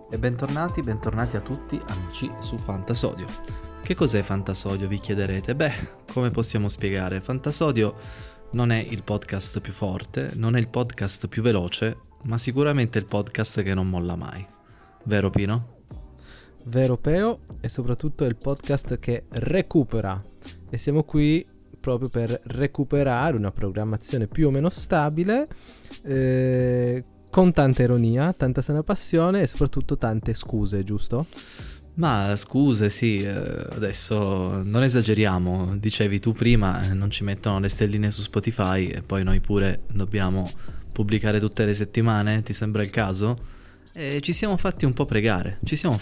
E bentornati a tutti amici su Fantasodio. Che cos'è Fantasodio, vi chiederete? Beh, come possiamo spiegare? Fantasodio non è il podcast più forte, non è il podcast più veloce, ma sicuramente il podcast che non molla mai. Vero Pino? Vero Peo, e soprattutto è il podcast che recupera. E siamo qui proprio per recuperare una programmazione più o meno stabile, con tanta ironia, tanta sana passione e soprattutto tante scuse, giusto? Ma scuse, sì, adesso non esageriamo, dicevi tu prima, non ci mettono le stelline su Spotify e poi noi pure dobbiamo pubblicare tutte le settimane, ti sembra il caso? E ci siamo fatti un po' pregare.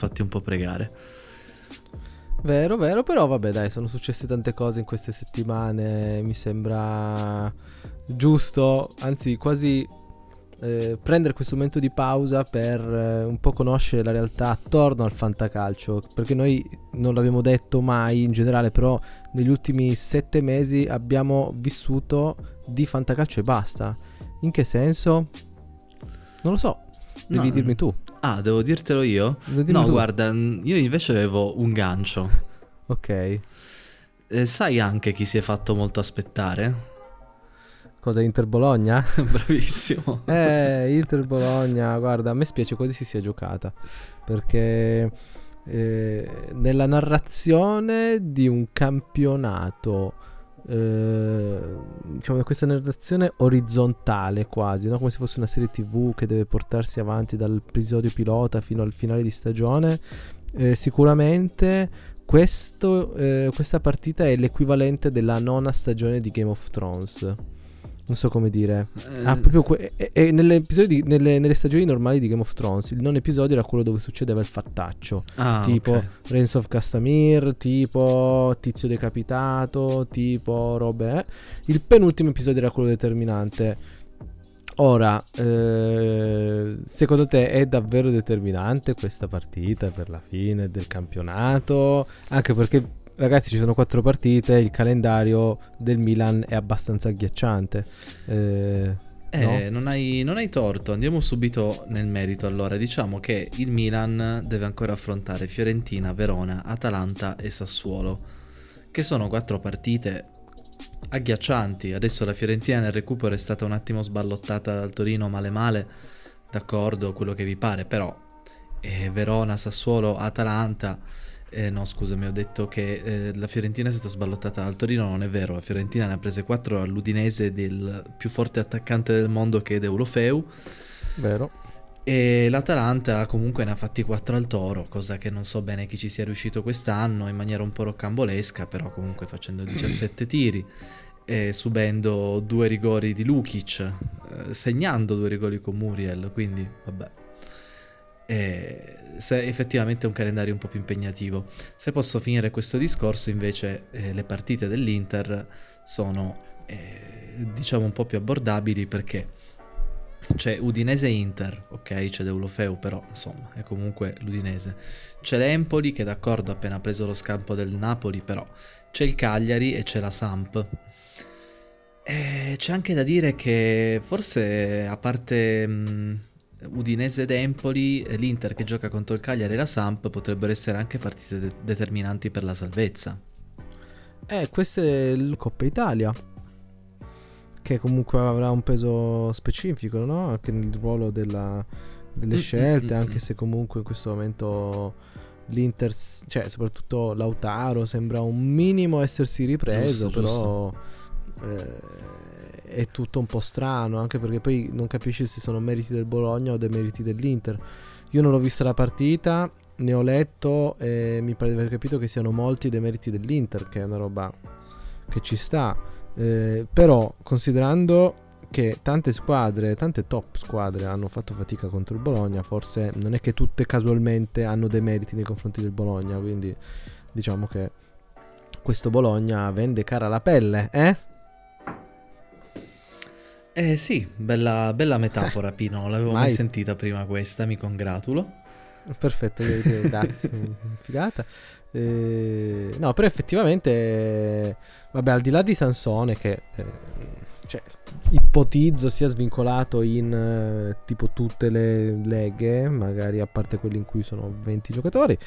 Vero, però vabbè dai, sono successe tante cose in queste settimane, mi sembra giusto, anzi quasi prendere questo momento di pausa per un po' conoscere la realtà attorno al fantacalcio, perché noi non l'abbiamo detto mai in generale, però negli ultimi 7 mesi abbiamo vissuto di fantacalcio e basta. In che senso? Non lo so, devi dirmi tu. Ah, devo dirtelo io? Tu. Guarda, io invece avevo un gancio. Ok. Sai anche chi si è fatto molto aspettare? Cosa, Inter Bologna? Bravissimo. Inter Bologna, guarda, a me spiace quasi si sia giocata, perché nella narrazione di un campionato, diciamo questa narrazione orizzontale quasi, no? Come se fosse una serie TV che deve portarsi avanti dall'episodio pilota fino al finale di stagione, sicuramente questa partita è l'equivalente della nona stagione di Game of Thrones. Non so come dire. Proprio nelle stagioni normali di Game of Thrones, il non episodio era quello dove succedeva il fattaccio. Tipo okay. Reigns of Castamere, tipo Tizio decapitato, tipo robe. Il penultimo episodio era quello determinante. Ora, secondo te è davvero determinante questa partita per la fine del campionato? Anche perché, ragazzi, ci sono 4 partite, il calendario del Milan è abbastanza agghiacciante. No? Non hai torto, andiamo subito nel merito. Allora, diciamo che il Milan deve ancora affrontare Fiorentina, Verona, Atalanta e Sassuolo, che sono 4 partite agghiaccianti. Adesso la Fiorentina nel recupero è stata un attimo sballottata dal Torino male, d'accordo, quello che vi pare, però Verona, Sassuolo, Atalanta... no, scusami, ho detto che la Fiorentina è stata sballottata dal Torino, non è vero, la Fiorentina ne ha prese 4 all'Udinese del più forte attaccante del mondo che è Deulofeu. Vero. E l'Atalanta comunque ne ha fatti 4 al Toro, cosa che non so bene chi ci sia riuscito quest'anno, in maniera un po' roccambolesca, però comunque facendo 17 tiri, subendo 2 rigori di Lukic, segnando 2 rigori con Muriel, quindi vabbè. Se effettivamente è un calendario un po' più impegnativo. Se posso finire questo discorso, invece le partite dell'Inter sono diciamo un po' più abbordabili, perché c'è Udinese-Inter, ok, c'è Deulofeu, però insomma è comunque l'Udinese. C'è l'Empoli che d'accordo ha appena preso lo scampo del Napoli, però c'è il Cagliari e c'è la Samp. C'è anche da dire che forse, a parte Udinese ed Empoli, l'Inter che gioca contro il Cagliari e la Samp potrebbero essere anche partite determinanti per la salvezza. Questa è il Coppa Italia, che comunque avrà un peso specifico, no? Anche nel ruolo delle scelte, anche se comunque in questo momento l'Inter, cioè soprattutto Lautaro, sembra un minimo essersi ripreso, giusto. È tutto un po' strano, anche perché poi non capisci se sono meriti del Bologna o dei meriti dell'Inter. Io non ho visto la partita, ne ho letto e mi pare di aver capito che siano molti dei meriti dell'Inter, che è una roba che ci sta, però considerando che tante top squadre hanno fatto fatica contro il Bologna, forse non è che tutte casualmente hanno dei meriti nei confronti del Bologna, quindi diciamo che questo Bologna vende cara la pelle, Sì, bella metafora, Pino, non l'avevo mai sentita prima questa, mi congratulo. Perfetto, grazie, figata. No, però effettivamente, vabbè, al di là di Sansone, che cioè, ipotizzo sia svincolato in tipo tutte le leghe, magari a parte quelle in cui sono 20 giocatori.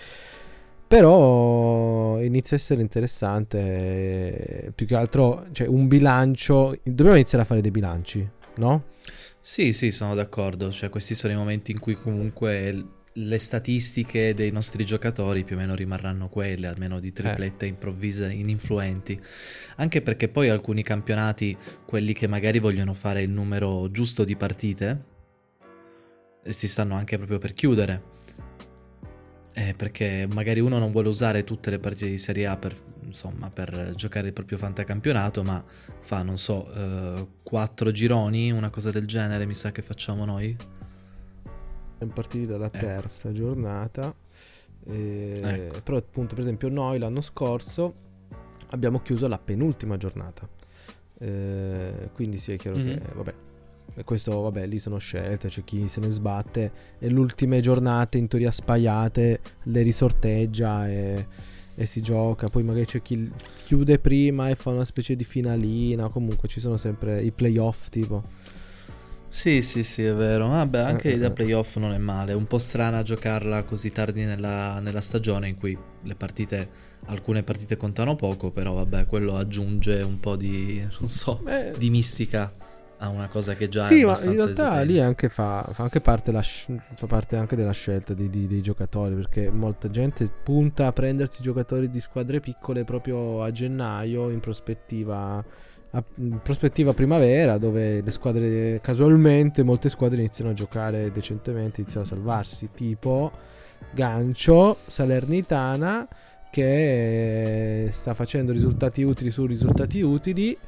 Però inizia a essere interessante, più che altro, cioè un bilancio, dobbiamo iniziare a fare dei bilanci, no? Sì, sì, sono d'accordo, cioè questi sono i momenti in cui comunque le statistiche dei nostri giocatori più o meno rimarranno quelle, almeno di triplette improvvise, ininfluenti, anche perché poi alcuni campionati, quelli che magari vogliono fare il numero giusto di partite, si stanno anche proprio per chiudere. Perché magari uno non vuole usare tutte le partite di Serie A per, insomma, per giocare il proprio fantacampionato, ma fa, non so, 4 gironi, una cosa del genere, mi sa che facciamo noi. Siamo partiti dalla terza giornata, Ecco. però appunto per esempio noi l'anno scorso abbiamo chiuso la penultima giornata, quindi sì, è chiaro che vabbè, e questo vabbè, lì sono scelte, c'è chi se ne sbatte e le ultime giornate in teoria spaiate le risorteggia e si gioca, poi magari c'è chi chiude prima e fa una specie di finalina, comunque ci sono sempre i playoff tipo. Sì, sì, sì, è vero. Vabbè, anche da playoff non è male. È un po' strana giocarla così tardi nella stagione in cui le partite, alcune partite contano poco, però vabbè, quello aggiunge un po' di, non so, di mistica a una cosa che già sì, è ma abbastanza in realtà esoterica. lì anche fa anche parte fa parte anche della scelta dei giocatori, perché molta gente punta a prendersi giocatori di squadre piccole proprio a gennaio in prospettiva primavera, dove le squadre casualmente molte squadre iniziano a giocare decentemente, iniziano a salvarsi, tipo Gancio, Salernitana, che sta facendo risultati utili su risultati utili.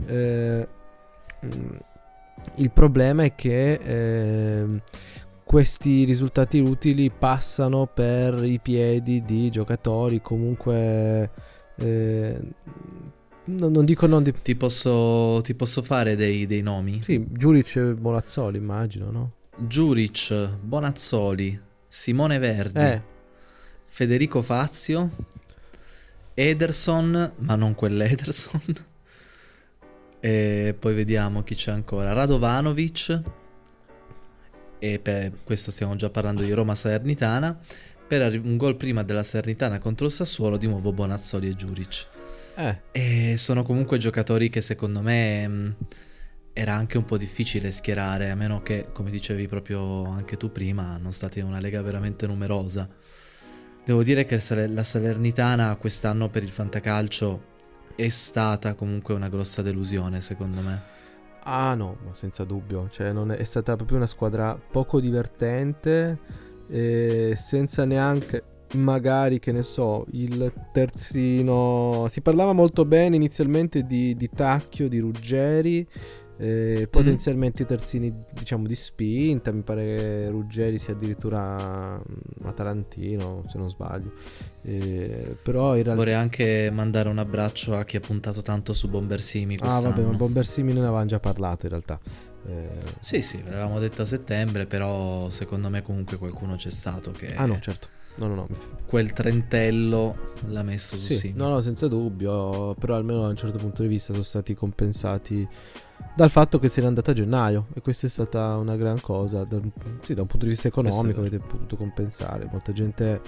Il problema è che questi risultati utili passano per i piedi di giocatori comunque non dico non di... Ti posso fare dei nomi? Sì, Giuric e Molazzoli immagino, no? Giuric, Bonazzoli, Simone Verdi, Federico Fazio, Ederson, ma non quell'Ederson. E poi vediamo chi c'è ancora. Radovanovic. E per questo stiamo già parlando di Roma Salernitana. Per un gol prima della Salernitana contro il Sassuolo, di nuovo Bonazzoli e Giuric. E sono comunque giocatori che secondo me era anche un po' difficile schierare, a meno che, come dicevi proprio anche tu prima, non state in una lega veramente numerosa. Devo dire che la Salernitana quest'anno per il fantacalcio è stata comunque una grossa delusione, secondo me. Ah no, senza dubbio, cioè è stata proprio una squadra poco divertente, senza neanche magari, che ne so, il terzino. Si parlava molto bene inizialmente di Tacchio, di Ruggeri, potenzialmente i terzini diciamo di spinta. Mi pare che Ruggeri sia addirittura atalantino, se non sbaglio, però in realtà vorrei anche mandare un abbraccio a chi ha puntato tanto su Bombersimi quest'anno. vabbè, ma Bombersimi ne avevamo già parlato in realtà. Sì, l'avevamo detto a settembre, però secondo me comunque qualcuno c'è stato che no, certo, no. Quel trentello l'ha messo su sì, Simi. no, senza dubbio, però almeno da un certo punto di vista sono stati compensati dal fatto che se n'è andata a gennaio, e questa è stata una gran cosa. Da un punto di vista economico avete potuto compensare. Molta gente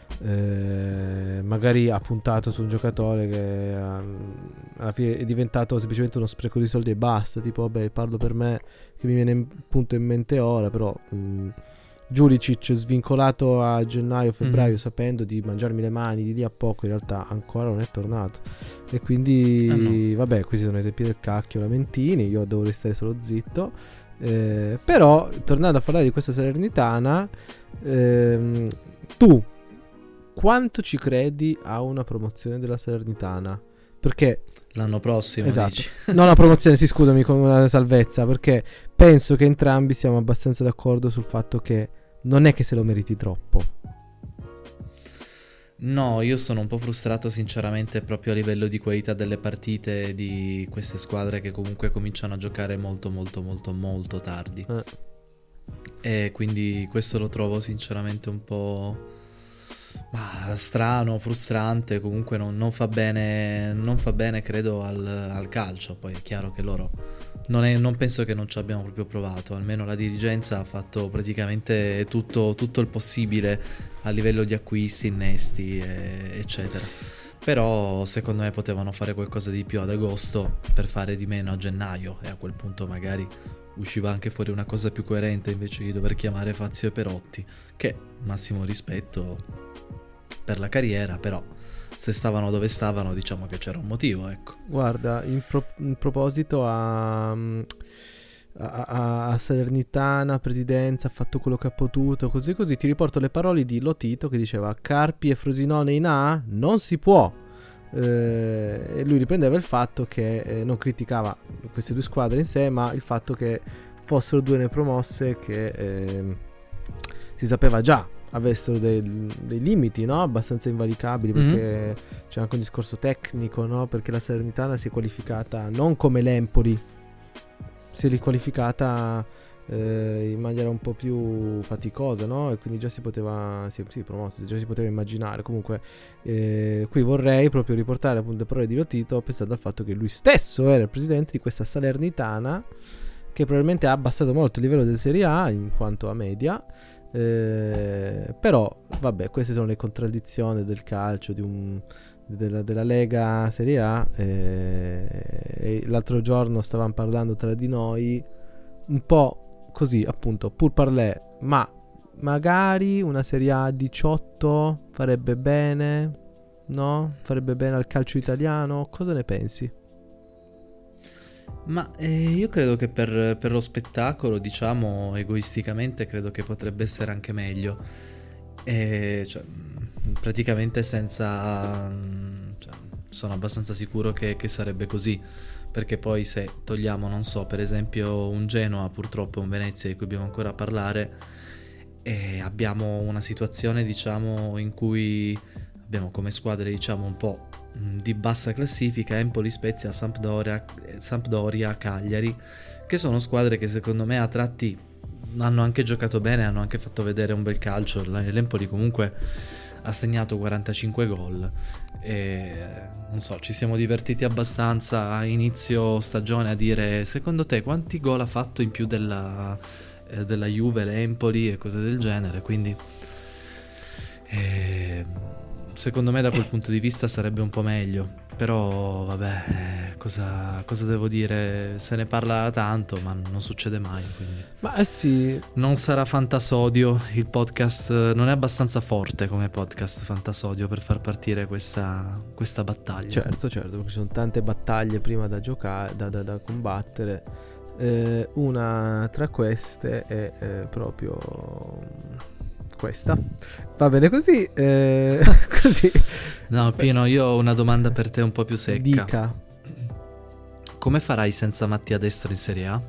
magari ha puntato su un giocatore che alla fine è diventato semplicemente uno spreco di soldi e basta, tipo vabbè, parlo per me, che mi viene appunto in mente ora, però Juricic svincolato a gennaio-febbraio sapendo di mangiarmi le mani di lì a poco, in realtà ancora non è tornato, e quindi vabbè, questi sono esempi del cacchio lamentini, io devo restare solo zitto. Però tornando a parlare di questa Salernitana, tu quanto ci credi a una promozione della Salernitana? Perché l'anno prossimo, esatto, dici? non una promozione, sì, scusami, come una salvezza, perché penso che entrambi siamo abbastanza d'accordo sul fatto che non è che se lo meriti troppo. No, io sono un po' frustrato sinceramente proprio a livello di qualità delle partite di queste squadre che comunque cominciano a giocare molto molto molto molto tardi. E quindi questo lo trovo sinceramente un po' strano, frustrante, comunque non fa bene credo al calcio. Poi è chiaro che loro non penso che non ci abbiamo proprio provato, almeno la dirigenza ha fatto praticamente tutto il possibile a livello di acquisti, innesti, eccetera. Però secondo me potevano fare qualcosa di più ad agosto per fare di meno a gennaio, e a quel punto magari usciva anche fuori una cosa più coerente invece di dover chiamare Fazio e Perotti, che massimo rispetto per la carriera, però se stavano dove stavano diciamo che c'era un motivo, ecco. Guarda, in proposito a Salernitana, presidenza, ha fatto quello che ha potuto, così così, ti riporto le parole di Lotito che diceva: Carpi e Frosinone in A non si può. E lui riprendeva il fatto che non criticava queste due squadre in sé, ma il fatto che fossero due neopromosse che si sapeva già avessero dei limiti, no? Abbastanza invalicabili, perché c'è anche un discorso tecnico, no? Perché la Salernitana si è qualificata non come l'Empoli, si è riqualificata in maniera un po' più faticosa, no? E quindi già si poteva promosso, già si poteva immaginare. Comunque qui vorrei proprio riportare appunto le parole di Lotito, pensando al fatto che lui stesso era il presidente di questa Salernitana, che probabilmente ha abbassato molto il livello del Serie A in quanto a media. Però vabbè, queste sono le contraddizioni del calcio, della Lega Serie A. E l'altro giorno stavamo parlando tra di noi un po' così, appunto, pur parlè, ma magari una Serie A 18 farebbe bene, no? Farebbe bene al calcio italiano. Cosa ne pensi? Ma io credo che per lo spettacolo, diciamo, egoisticamente credo che potrebbe essere anche meglio. Cioè, praticamente senza... cioè, sono abbastanza sicuro che sarebbe così, perché poi se togliamo, non so, per esempio un Genoa, purtroppo un Venezia di cui dobbiamo ancora parlare, abbiamo una situazione, diciamo, in cui abbiamo come squadre, diciamo, un po' di bassa classifica, Empoli, Spezia, Sampdoria, Cagliari, che sono squadre che secondo me a tratti hanno anche giocato bene, hanno anche fatto vedere un bel calcio. L'Empoli comunque ha segnato 45 gol e non so, ci siamo divertiti abbastanza a inizio stagione a dire: secondo te quanti gol ha fatto in più della Juve l'Empoli e cose del genere? Quindi secondo me da quel punto di vista sarebbe un po' meglio. Però vabbè, cosa devo dire? Se ne parla tanto, ma non succede mai, quindi. Ma sì, Non sarà Fantasodio, il podcast non è abbastanza forte come podcast Fantasodio per far partire questa battaglia. certo, perché ci sono tante battaglie prima da giocare, da combattere. Una tra queste è proprio questa. Va bene così. Così. No, Pino, io ho una domanda per te un po' più secca. Dica. Come farai senza Mattia Destro in Serie A?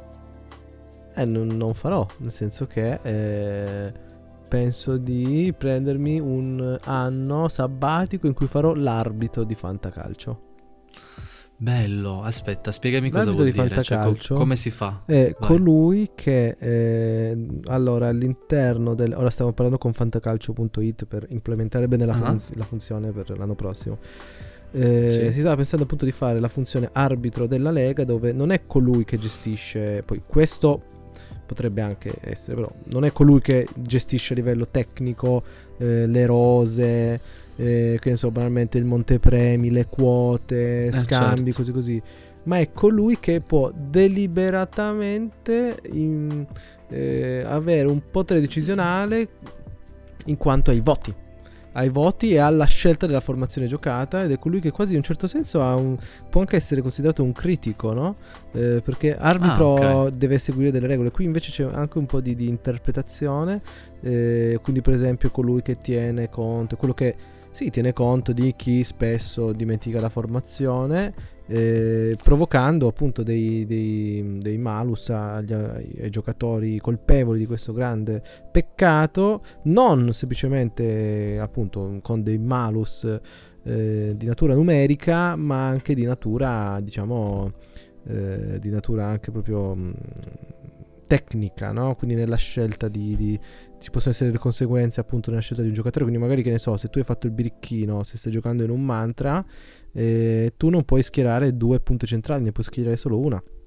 Non farò, nel senso che penso di prendermi un anno sabbatico in cui farò l'arbitro di fantacalcio. Bello, aspetta, spiegami cosa L'arbitro vuol di dire, cioè, fantacalcio come si fa? è Vai. colui che allora all'interno ora stiamo parlando con fantacalcio.it per implementare bene la funzione per l'anno prossimo. Sì. Si stava pensando appunto di fare la funzione arbitro della Lega, dove non è colui che gestisce, poi questo potrebbe anche essere, però non è colui che gestisce a livello tecnico le rose, che ne so, banalmente il montepremi, le quote, scambi, certo. così, ma è colui che può deliberatamente avere un potere decisionale in quanto ai voti e alla scelta della formazione giocata, ed è colui che quasi in un certo senso può anche essere considerato un critico, no? Perché arbitro deve seguire delle regole, qui invece c'è anche un po' di interpretazione, quindi per esempio colui che tiene conto, quello che tiene conto di chi spesso dimentica la formazione, provocando appunto dei malus ai giocatori colpevoli di questo grande peccato, non semplicemente appunto con dei malus di natura numerica, ma anche di natura, diciamo, di natura anche proprio tecnica, no? Quindi nella scelta ci possono essere delle conseguenze appunto nella scelta di un giocatore, quindi magari, che ne so, se tu hai fatto il birichino, se stai giocando in un mantra, tu non puoi schierare due punte centrali, ne puoi schierare solo una,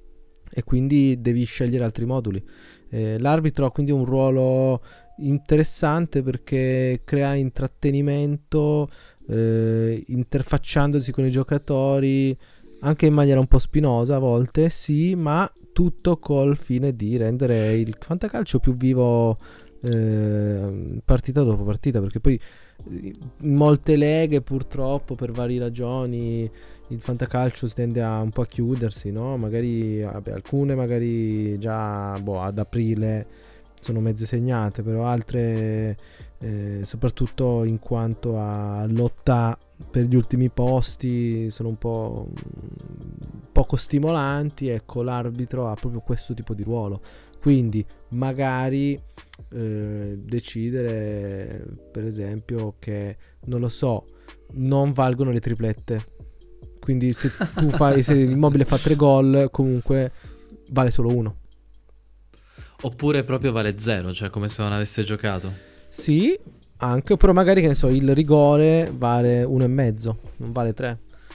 e quindi devi scegliere altri moduli. L'arbitro ha quindi un ruolo interessante perché crea intrattenimento, interfacciandosi con i giocatori anche in maniera un po' spinosa a volte, sì, ma tutto col fine di rendere il fantacalcio più vivo, partita dopo partita, perché poi in molte leghe purtroppo per varie ragioni il fantacalcio si tende a un po' a chiudersi, no? Magari alcune magari già ad aprile sono mezze segnate, però altre, soprattutto in quanto a lotta per gli ultimi posti, sono un po' poco stimolanti. Ecco, l'arbitro ha proprio questo tipo di ruolo, quindi magari decidere per esempio che, non lo so, non valgono le triplette, quindi se l'Immobile fa 3 gol comunque vale solo uno. Oppure proprio vale 0, cioè come se non avesse giocato. Sì, anche, però magari, che ne so, il rigore vale 1,5, non vale 3.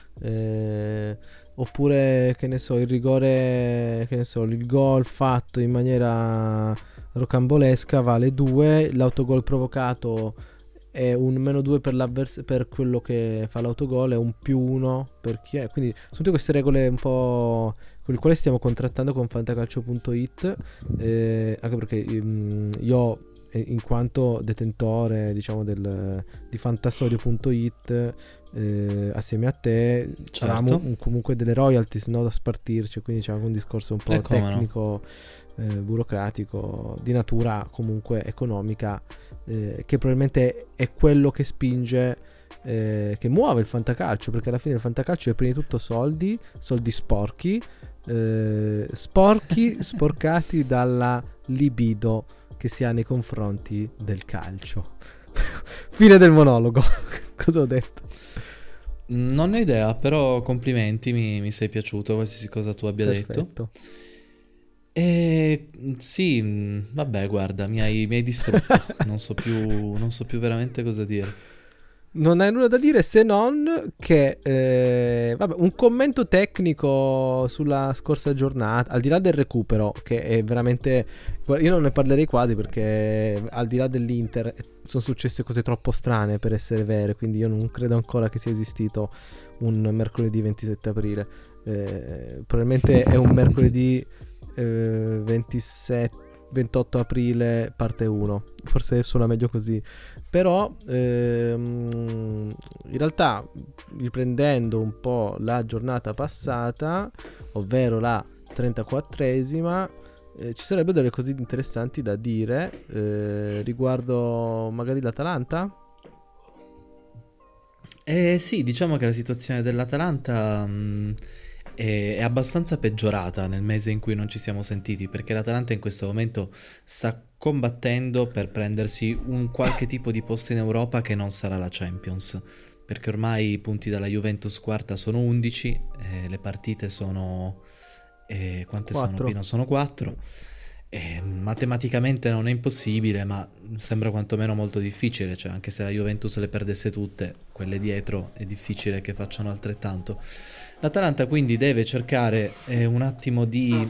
Oppure, che ne so, il rigore, che ne so, il gol fatto in maniera rocambolesca vale 2, l'autogol provocato è un -2 per quello che fa l'autogol, è un +1 per chi è. Quindi sono tutte queste regole un po' con le quali stiamo contrattando con fantacalcio.it, anche perché io, in quanto detentore, diciamo, di fantastorio.it, assieme a te, Certo. avevamo comunque delle royalties, no, da spartirci, quindi c'è anche un discorso un po' tecnico, burocratico, di natura comunque economica, che probabilmente è quello che spinge, che muove il fantacalcio, perché alla fine il fantacalcio è prima di tutto soldi sporchi, sporcati dalla libido che si ha nei confronti del calcio. Fine del monologo. Cosa ho detto? Non ho idea, però complimenti, mi sei piaciuto, qualsiasi cosa tu abbia Perfetto. detto. E sì, vabbè, guarda, mi hai distrutto. non so più veramente cosa dire. Non hai nulla da dire, se non che vabbè, un commento tecnico sulla scorsa giornata, al di là del recupero, che è veramente, io non ne parlerei quasi, perché al di là dell'Inter sono successe cose troppo strane per essere vere, quindi io non credo ancora che sia esistito un mercoledì 27 aprile. Probabilmente è un mercoledì 28 aprile parte 1, forse suona meglio così. Però in realtà, riprendendo un po' la giornata passata, ovvero la 34esima, ci sarebbero delle cose interessanti da dire riguardo magari l'Atalanta. Sì, diciamo che la situazione dell'Atalanta è abbastanza peggiorata nel mese in cui non ci siamo sentiti, perché l'Atalanta in questo momento sta combattendo per prendersi un qualche tipo di posto in Europa che non sarà la Champions, perché ormai i punti dalla Juventus quarta sono 11, le partite sono... quante 4. sono? Pino? Sono 4. Matematicamente non è impossibile, ma sembra quantomeno molto difficile, cioè anche se la Juventus le perdesse tutte, quelle dietro è difficile che facciano altrettanto. L'Atalanta quindi deve cercare un attimo di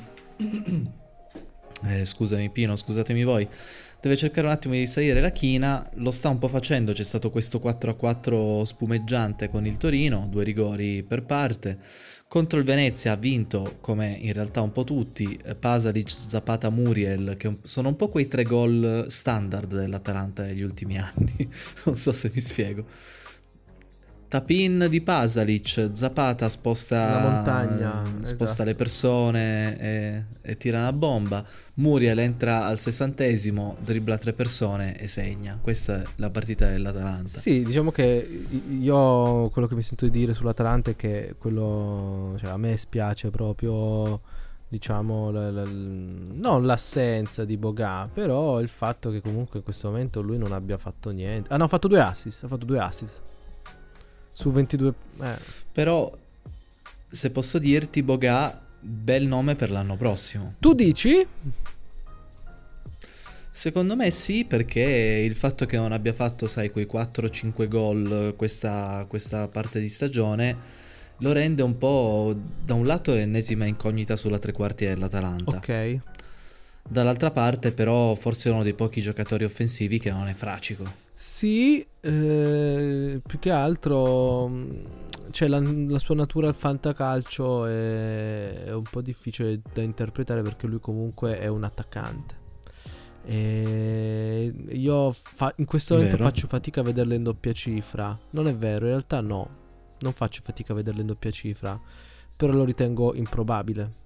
scusami Pino, scusatemi voi, deve cercare un attimo di salire la china, lo sta un po' facendo, c'è stato questo 4-4 spumeggiante con il Torino, 2 rigori per parte. Contro il Venezia ha vinto, come in realtà un po' tutti, Pasalic, Zapata, Muriel, che sono un po' quei 3 gol standard dell'Atalanta negli ultimi anni. Non so se mi spiego. Tapin di Pasalic, Zapata sposta La montagna, esatto. le persone e tira una bomba. Muriel entra al 60esimo, dribbla 3 persone e segna. Questa è la partita dell'Atalanta. Sì, diciamo che io quello che mi sento di dire sull'Atalanta è che quello, cioè, a me spiace proprio, diciamo, non l'assenza di Boga, però il fatto che comunque in questo momento lui non abbia fatto niente. Ah no, ha fatto 2 assist. Su 22. Però, se posso dirti, Boga, bel nome per l'anno prossimo. Tu dici? Secondo me sì, perché il fatto che non abbia fatto, sai, quei 4-5 gol questa parte di stagione lo rende un po', da un lato, l'ennesima incognita sulla tre quarti dell'Atalanta. Ok. Dall'altra parte però forse è uno dei pochi giocatori offensivi che non è fracico. Sì, più che altro cioè la sua natura al fantacalcio è un po' difficile da interpretare perché lui comunque è un attaccante. E io in questo momento Vero? faccio fatica a vederlo in doppia cifra. Non è vero, in realtà no, non faccio fatica a vederlo in doppia cifra, però lo ritengo improbabile.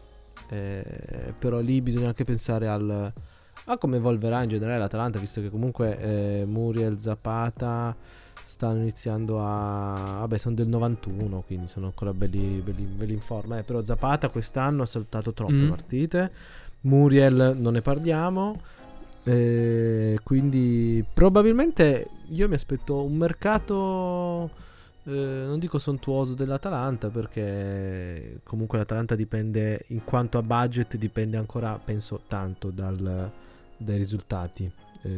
Però lì bisogna anche pensare a come evolverà in generale l'Atalanta, visto che comunque Muriel, Zapata stanno iniziando a... Vabbè, sono del 91, quindi sono ancora belli in forma. Però Zapata quest'anno ha saltato troppe partite. Muriel non ne parliamo. Quindi probabilmente io mi aspetto un mercato... non dico sontuoso dell'Atalanta, perché comunque l'Atalanta dipende, in quanto a budget, dipende ancora, penso, tanto dai risultati.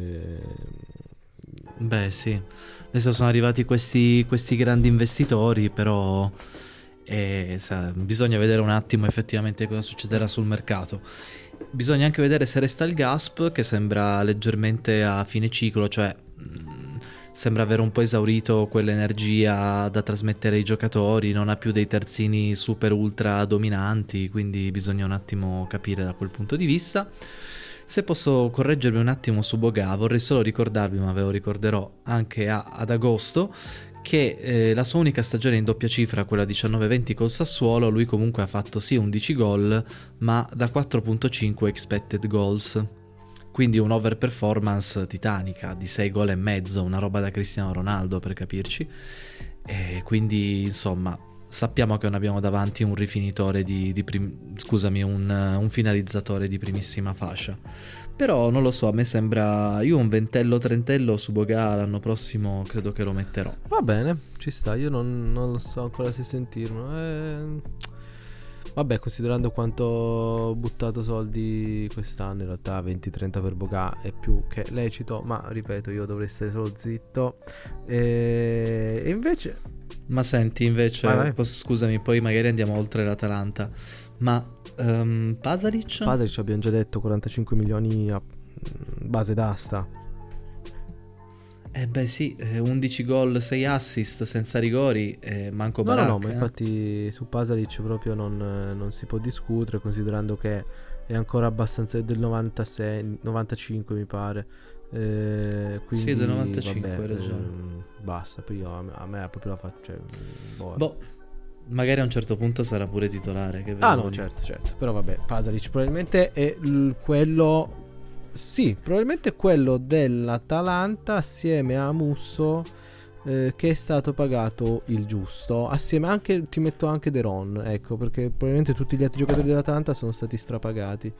Beh sì, adesso sono arrivati questi grandi investitori, però bisogna vedere un attimo effettivamente cosa succederà sul mercato. Bisogna anche vedere se resta il Gasp, che sembra leggermente a fine ciclo, cioè sembra aver un po' esaurito quell'energia da trasmettere ai giocatori, non ha più dei terzini super ultra dominanti, quindi bisogna un attimo capire da quel punto di vista. Se posso correggermi un attimo su Boga, vorrei solo ricordarvi, ma ve lo ricorderò anche ad agosto, che la sua unica stagione in doppia cifra, quella 19-20 col Sassuolo, lui comunque ha fatto sì 11 gol, ma da 4.5 expected goals. Quindi un overperformance titanica di 6 gol e mezzo, una roba da Cristiano Ronaldo per capirci. E quindi insomma sappiamo che non abbiamo davanti un rifinitore un finalizzatore di primissima fascia. Però non lo so, a me sembra, io un ventello trentello su Boga l'anno prossimo credo che lo metterò. Va bene, ci sta, io non lo so ancora se sentirlo. Vabbè, considerando quanto ho buttato soldi quest'anno, in realtà 20-30 per Boga è più che lecito, ma ripeto, io dovrei stare solo zitto. E invece... Ma senti, invece, vai. Scusami, poi magari andiamo oltre l'Atalanta, ma Pasalic? Pasalic abbiamo già detto 45 milioni a base d'asta. Beh sì, 11 gol, 6 assist senza rigori, manco Barak. No, ma infatti su Pasalic proprio non si può discutere, considerando che è ancora abbastanza del 96, 95 mi pare. Quindi, sì, del 95, vabbè, hai ragione. Basta, poi a me proprio la faccio. Boh, magari a un certo punto sarà pure titolare. Che no, certo. Però vabbè, Pasalic probabilmente è quello. Sì, probabilmente quello dell'Atalanta assieme a Musso, che è stato pagato il giusto. Assieme anche, ti metto anche De Ron, ecco, perché probabilmente tutti gli altri giocatori dell'Atalanta sono stati strapagati.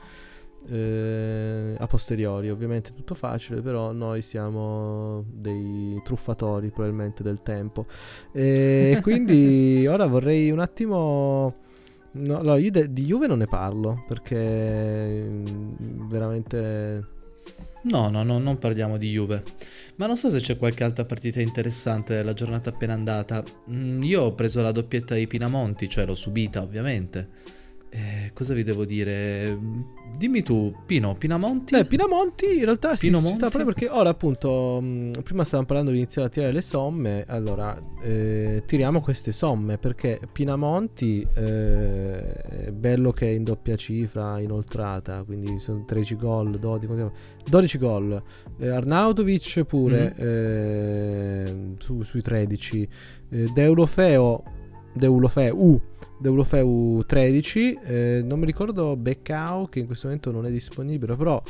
A posteriori, ovviamente tutto facile, però noi siamo dei truffatori probabilmente del tempo. Quindi ora vorrei un attimo... No, allora io di Juve non ne parlo perché veramente... No, non parliamo di Juve. Ma non so se c'è qualche altra partita interessante della giornata appena andata. Io ho preso la doppietta di Pinamonti, cioè l'ho subita ovviamente. Cosa vi devo dire? Dimmi tu, Pinamonti? Pinamonti in realtà sì, Pinamonti? ci sta proprio perché ora appunto prima stavamo parlando di iniziare a tirare le somme. Allora tiriamo queste somme perché Pinamonti è bello che è in doppia cifra inoltrata, quindi sono 13 gol, 12 gol. Arnautovic pure sui 13. Deulofeu 13, non mi ricordo Beccao che in questo momento non è disponibile, però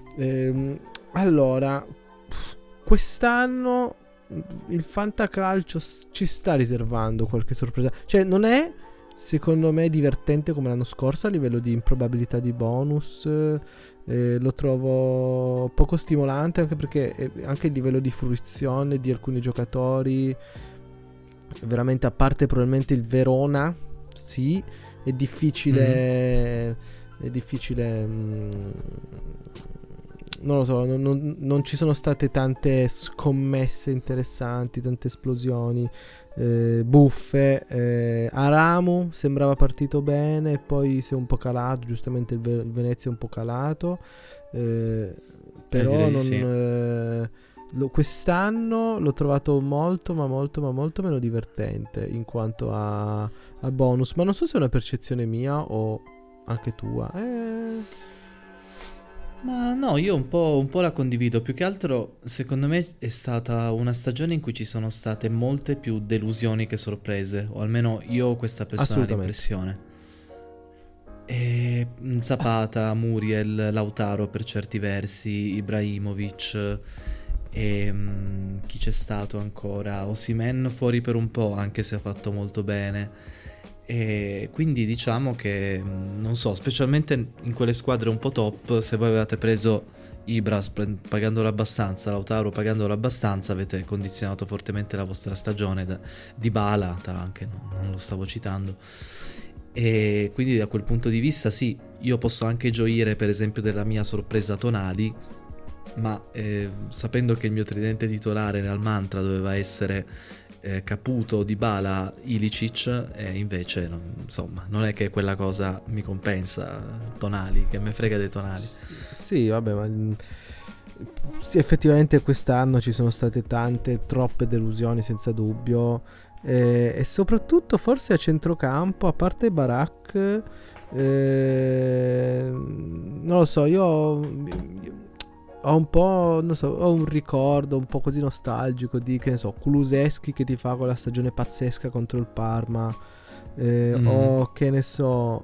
allora quest'anno il fantacalcio ci sta riservando qualche sorpresa, cioè non è secondo me divertente come l'anno scorso a livello di improbabilità di bonus, lo trovo poco stimolante anche perché anche il livello di fruizione di alcuni giocatori veramente, a parte probabilmente il Verona, sì, è difficile non lo so, non ci sono state tante scommesse interessanti, tante esplosioni buffe. Aramu sembrava partito bene, poi si è un po' calato, giustamente il Venezia è un po' calato, però direi di non, sì. quest'anno l'ho trovato molto ma molto ma molto meno divertente in quanto a bonus, ma non so se è una percezione mia o anche tua. Ma no, io un po' la condivido. Più che altro, secondo me, è stata una stagione in cui ci sono state molte più delusioni che sorprese. O almeno io ho questa personale Assolutamente. impressione. E Zapata, Muriel, Lautaro per certi versi, Ibrahimovic. E chi c'è stato ancora? Osimhen fuori per un po', anche se ha fatto molto bene. E quindi diciamo che, non so, specialmente in quelle squadre un po' top, se voi avevate preso Ibra pagandolo abbastanza, Lautaro pagandolo abbastanza, avete condizionato fortemente la vostra stagione. Dybala, anche, non lo stavo citando. E quindi da quel punto di vista sì, io posso anche gioire per esempio della mia sorpresa Tonali, ma sapendo che il mio tridente titolare nel mantra doveva essere Caputo, Dybala, Ilicic, invece insomma non è che quella cosa mi compensa. Tonali, che me frega dei Tonali. Sì, vabbè, ma sì, effettivamente quest'anno ci sono state troppe delusioni senza dubbio, e soprattutto forse a centrocampo, a parte Barak, non lo so, io ho un po', non so, ho un ricordo un po' così nostalgico di, che ne so, Kulusevski che ti fa quella stagione pazzesca contro il Parma, o che ne so,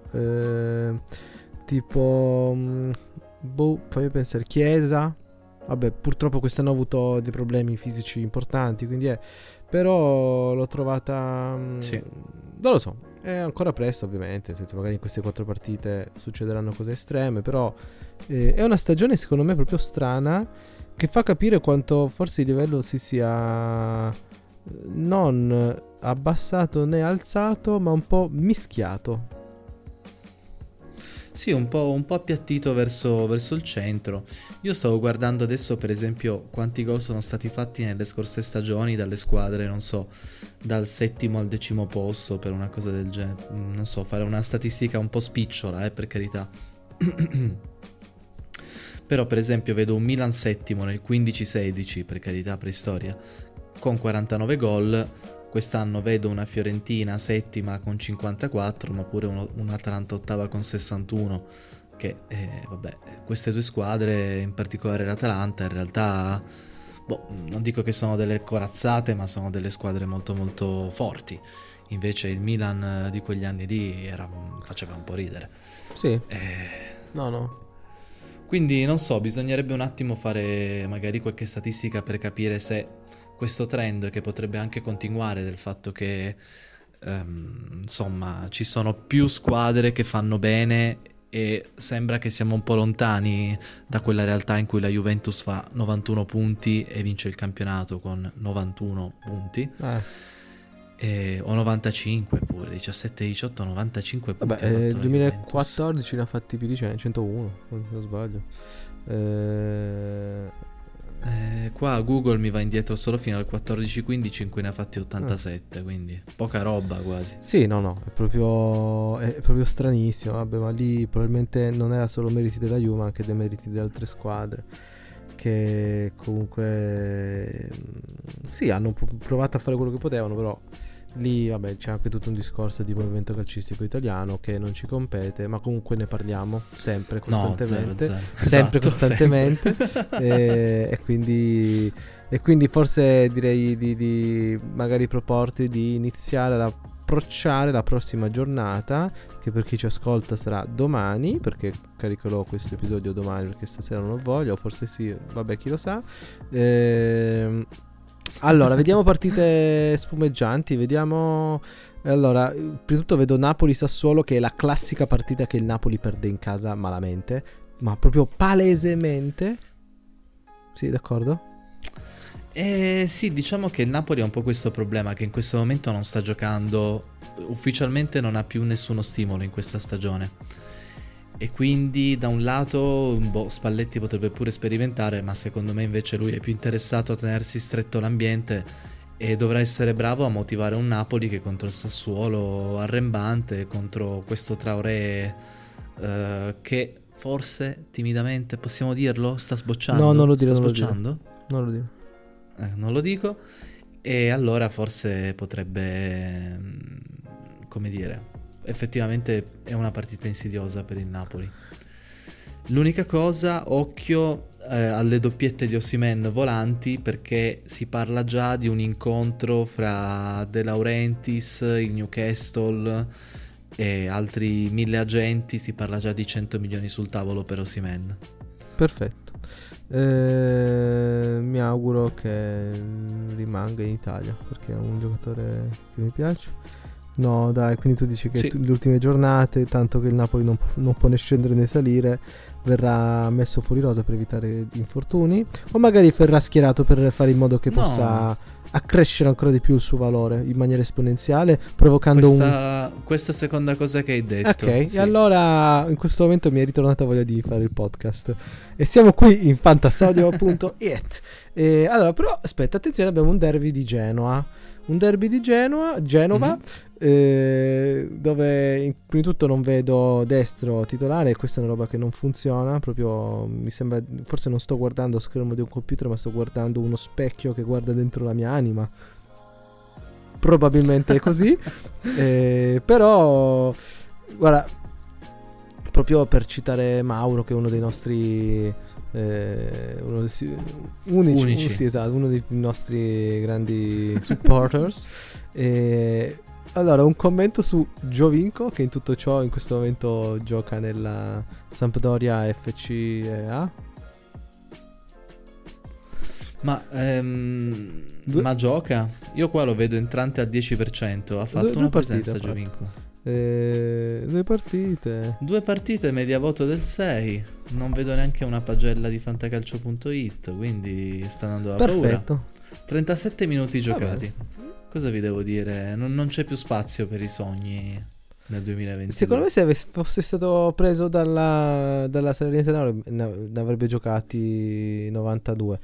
tipo, fammi pensare, Chiesa. Vabbè, purtroppo quest'anno ha avuto dei problemi fisici importanti, quindi però l'ho trovata, Sì. non lo so, è ancora presto ovviamente, nel senso magari in queste 4 partite succederanno cose estreme, però è una stagione secondo me proprio strana, che fa capire quanto forse il livello si sia non abbassato né alzato, ma un po' mischiato. Sì, un po' appiattito verso il centro. Io stavo guardando adesso, per esempio, quanti gol sono stati fatti nelle scorse stagioni dalle squadre, non so, dal 7° al 10° posto, per una cosa del genere. Non so, fare una statistica un po' spicciola, per carità. Però, per esempio, vedo un Milan 7° nel 15-16, per carità, preistoria, con 49 gol. Quest'anno vedo una Fiorentina 7ª con 54, ma pure un Atalanta 8ª con 61, che vabbè, queste due squadre, in particolare l'Atalanta, in realtà, non dico che sono delle corazzate, ma sono delle squadre molto molto forti. Invece il Milan di quegli anni lì faceva un po' ridere. Sì. No. Quindi non so, bisognerebbe un attimo fare magari qualche statistica per capire se questo trend, che potrebbe anche continuare, del fatto che insomma ci sono più squadre che fanno bene e sembra che siamo un po' lontani da quella realtà in cui la Juventus fa 91 punti e vince il campionato con 91 punti, o 95 pure, 17, 18, 95 punti. Vabbè, il 2014 ne ha fatti più di 101, se non sbaglio. Qua Google mi va indietro solo fino al 14-15 in cui ne ha fatti 87, quindi poca roba quasi. Sì, no, è proprio stranissimo. Vabbè, ma lì probabilmente non era solo meriti della Juve, ma anche dei meriti delle altre squadre, che comunque sì, hanno provato a fare quello che potevano, però lì vabbè c'è anche tutto un discorso di movimento calcistico italiano che non ci compete, ma comunque ne parliamo sempre, costantemente, zero. sempre Esatto, costantemente. sempre. E quindi forse direi di magari proporti di iniziare ad approcciare la prossima giornata, che per chi ci ascolta sarà domani, perché caricherò questo episodio domani perché stasera non ho voglia, o forse sì, vabbè, chi lo sa. Allora, vediamo partite spumeggianti, vediamo. Allora, prima di tutto vedo Napoli-Sassuolo, che è la classica partita che il Napoli perde in casa malamente, ma proprio palesemente. Sì, d'accordo? Sì, diciamo che il Napoli ha un po' questo problema, che in questo momento non sta giocando, ufficialmente non ha più nessuno stimolo in questa stagione. E quindi da un lato Spalletti potrebbe pure sperimentare, ma secondo me invece lui è più interessato a tenersi stretto l'ambiente e dovrà essere bravo a motivare un Napoli che contro il Sassuolo arrembante, contro questo Traoré che forse timidamente, possiamo dirlo, sta sbocciando. No, non lo dire, sta non lo dire. sbocciando? Non lo dire. Non lo dico. E allora forse potrebbe, come dire, effettivamente è una partita insidiosa per il Napoli. L'unica cosa, occhio alle doppiette di Osimhen volanti, perché si parla già di un incontro fra De Laurentiis, il Newcastle e altri 1000 agenti. Si parla già di 100 milioni sul tavolo per Osimhen. Perfetto. Mi auguro che rimanga in Italia, perché è un giocatore che mi piace. No, dai, quindi tu dici che Sì. le ultime giornate, tanto che il Napoli non può né scendere né salire, verrà messo fuori rosa per evitare infortuni, o magari verrà schierato per fare in modo che No. possa accrescere ancora di più il suo valore in maniera esponenziale, provocando questa seconda cosa che hai detto. Ok, sì. E allora in questo momento mi è ritornata voglia di fare il podcast. E siamo qui in fantasodio.it. Allora, però, aspetta, attenzione, abbiamo un derby di Genoa. Un derby di Genova, dove prima di tutto non vedo destro titolare, e questa è una roba che non funziona. Proprio mi sembra, forse non sto guardando lo schermo di un computer, ma sto guardando uno specchio che guarda dentro la mia anima. Probabilmente è così. Però guarda, proprio per citare Mauro, che è uno dei nostri unici. Sì, esatto, uno dei nostri grandi supporters. Allora, un commento su Giovinco, che in tutto ciò in questo momento gioca nella Sampdoria FCA. Ma gioca? Io qua lo vedo entrante al 10%. Ha fatto una presenza Giovinco. 2 partite. 2 partite, media voto del 6. Non vedo neanche una pagella di fantacalcio.it, quindi sta andando a Perfetto. paura. 37 minuti giocati. Cosa vi devo dire? Non c'è più spazio per i sogni nel 2020. Secondo me, se fosse stato preso dalla Salernitana, ne avrebbe giocati 92.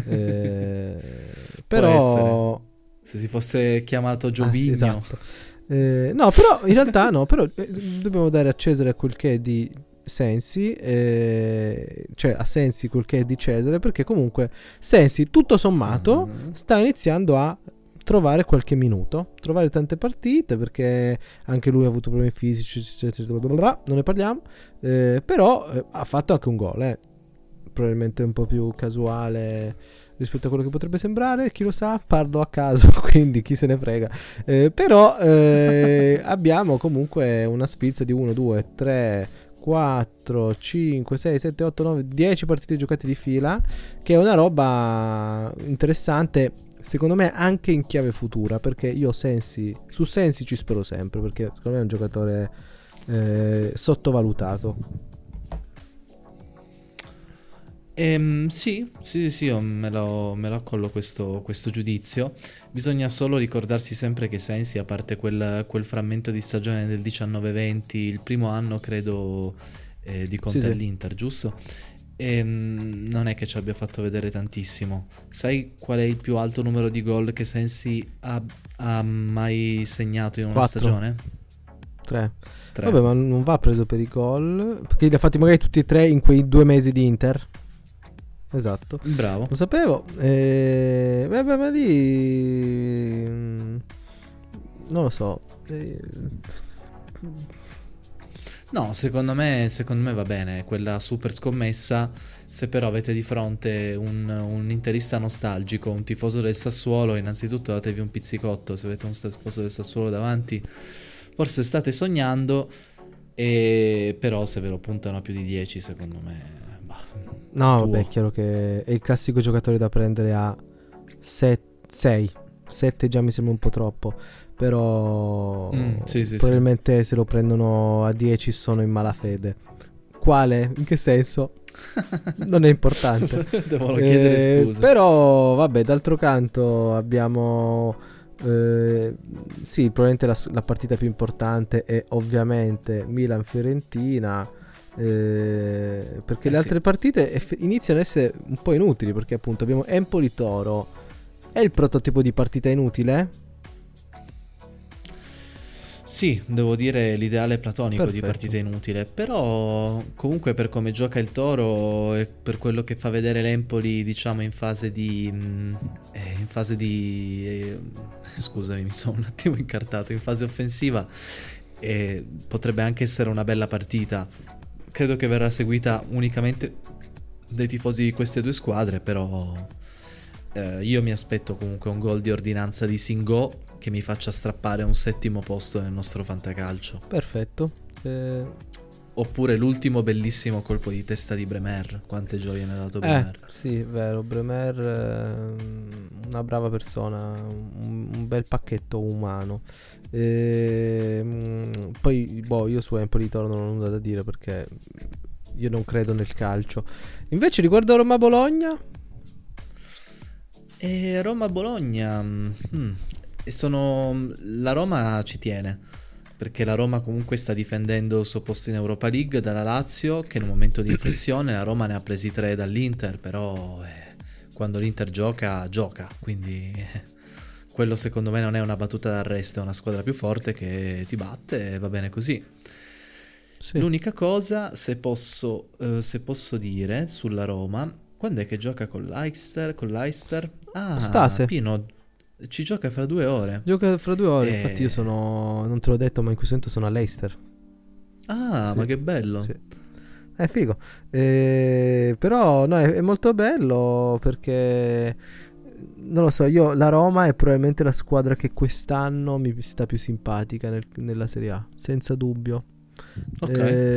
Però se si fosse chiamato Giovigno. sì, esatto. No, però in realtà no, però dobbiamo dare a Cesare quel che è di Sensi, cioè a Sensi quel che è di Cesare, perché comunque Sensi, tutto sommato, sta iniziando a trovare qualche minuto, trovare tante partite, perché anche lui ha avuto problemi fisici, eccetera, non ne parliamo, però ha fatto anche un gol, probabilmente un po' più casuale rispetto a quello che potrebbe sembrare, chi lo sa, parlo a caso, quindi chi se ne frega, però abbiamo comunque una sfilza di 1, 2, 3, 4, 5, 6, 7, 8, 9, 10 partite giocate di fila, che è una roba interessante, secondo me anche in chiave futura, perché io su Sensi ci spero sempre, perché secondo me è un giocatore sottovalutato. Sì, io me lo accollo questo giudizio. Bisogna solo ricordarsi sempre che Sensi, a parte quel frammento di stagione del 19-20, il primo anno credo di Conte all'Inter, giusto? Non è che ci abbia fatto vedere tantissimo. Sai qual è il più alto numero di gol che Sensi ha mai segnato in una 4. stagione? 3. Vabbè, ma non va preso per i gol, perché li ha fatti magari tutti e 3 in quei 2 mesi di Inter. Esatto. Bravo. Lo sapevo. Vabbè, ma lì non lo so. No, secondo me va bene quella super scommessa. Se però avete di fronte un interista nostalgico, un tifoso del Sassuolo, innanzitutto datevi un pizzicotto. Se avete un tifoso del Sassuolo davanti, forse state sognando, e però se ve lo puntano a più di 10, secondo me... No, vabbè, è chiaro che è il classico giocatore da prendere a 6. 7 già mi sembra un po' troppo, però probabilmente se lo prendono a 10 sono in malafede. Quale? In che senso? Non è importante. Devono chiedere scusa. Però vabbè, d'altro canto abbiamo sì, probabilmente la partita più importante è ovviamente Milan-Fiorentina, Perché le Sì. altre partite iniziano a essere un po' inutili, perché appunto abbiamo Empoli-Toro. È il prototipo di partita inutile? Sì, devo dire l'ideale platonico di Perfetto. partita inutile, però comunque per come gioca il Toro e per quello che fa vedere l'Empoli, diciamo scusami, mi sono un attimo incartato, in fase offensiva, potrebbe anche essere una bella partita. Credo che verrà seguita unicamente dai tifosi di queste due squadre, però io mi aspetto comunque un gol di ordinanza di Singo che mi faccia strappare un settimo posto nel nostro fantacalcio. Perfetto. Oppure l'ultimo bellissimo colpo di testa di Bremer. Quante gioie ne ha dato Bremer. Sì, vero, Bremer, una brava persona, un bel pacchetto umano. Poi, io su Empoli Toro non ho nulla da dire perché io non credo nel calcio. Invece riguardo Roma-Bologna, E Roma-Bologna. La Roma ci tiene. Perché la Roma comunque sta difendendo il suo posto in Europa League dalla Lazio, che in un momento di inflessione la Roma ne ha presi 3 dall'Inter, però quando l'Inter gioca, gioca. Quindi quello secondo me non è una battuta d'arresto, è una squadra più forte che ti batte e va bene così. sì. L'unica cosa, se posso dire, sulla Roma, quando è che gioca con l'Leicester? Ah, Stase. Pino, ci gioca fra 2 ore. Gioca fra 2 ore. Infatti io E... sono, non te l'ho detto, ma in questo momento sono a Leicester. Ah, Sì, ma che bello. sì. È figo. Però no, è molto bello perché non lo so, la Roma è probabilmente la squadra che quest'anno mi sta più simpatica nella Serie A, senza dubbio. Ok.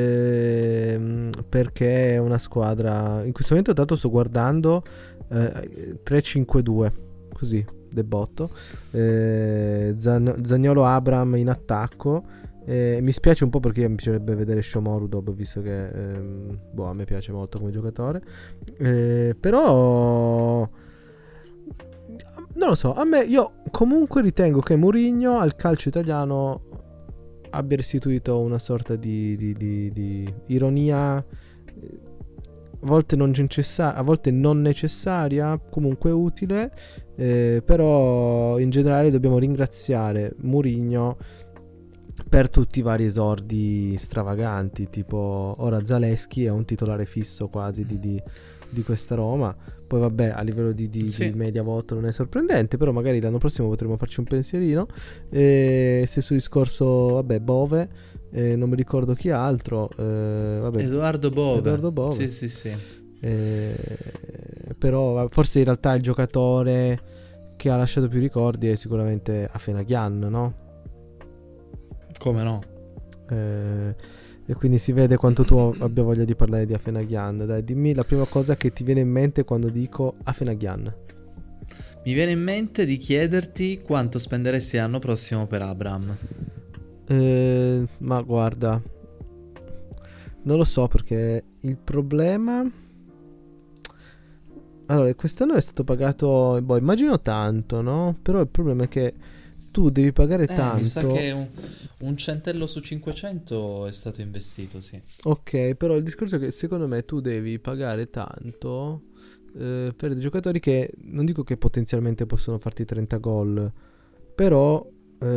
Perché è una squadra, in questo momento tanto sto guardando 3-5-2, così, debotto. Zaniolo, Abram in attacco. Mi spiace un po' perché mi piacerebbe vedere Shomoru dopo, visto che a me piace molto come giocatore. Però non lo so, io comunque ritengo che Mourinho al calcio italiano abbia restituito una sorta di ironia, a volte a volte non necessaria, comunque utile, però in generale dobbiamo ringraziare Mourinho per tutti i vari esordi stravaganti, tipo ora Zaleschi è un titolare fisso quasi di questa Roma. Poi vabbè, a livello di Sì. media voto non è sorprendente, però magari l'anno prossimo potremo farci un pensierino. Stesso discorso, vabbè, Bove, non mi ricordo chi altro, vabbè, Edoardo Bove. Edoardo Bove. Sì. Però forse in realtà il giocatore che ha lasciato più ricordi è sicuramente Afenagyan, no? Come no? E quindi si vede quanto tu abbia voglia di parlare di Afenagyan. Dai, dimmi la prima cosa che ti viene in mente quando dico Afenagyan. Mi viene in mente di chiederti quanto spenderesti l'anno prossimo per Abram. Ma guarda, non lo so perché il problema... Allora, quest'anno è stato pagato, immagino tanto, no? Però il problema è che tu devi pagare tanto. Mi sa che un centello su 500 è stato investito, sì. Ok, però il discorso è che secondo me tu devi pagare tanto per dei giocatori che non dico che potenzialmente possono farti 30 gol, però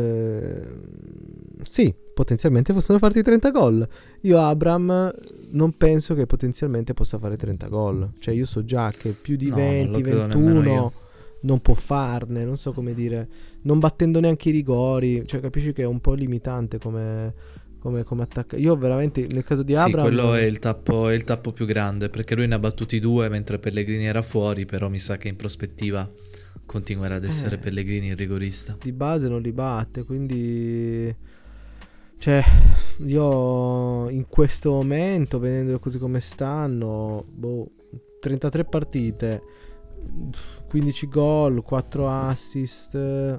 sì, potenzialmente possono farti 30 gol. Io Abram non penso che potenzialmente possa fare 30 gol. Cioè io so già che più di No, non 20, lo credo nemmeno 21 io. non può farne, non so come dire, non battendo neanche i rigori, cioè capisci che è un po' limitante come attacca. Io veramente nel caso di Sì, Abram quello è il tappo più grande, perché lui ne ha battuti 2 mentre Pellegrini era fuori, però mi sa che in prospettiva continuerà ad essere Pellegrini il rigorista. di base non li batte, quindi cioè io in questo momento vedendo così come stanno 33 partite, 15 gol, 4 assist,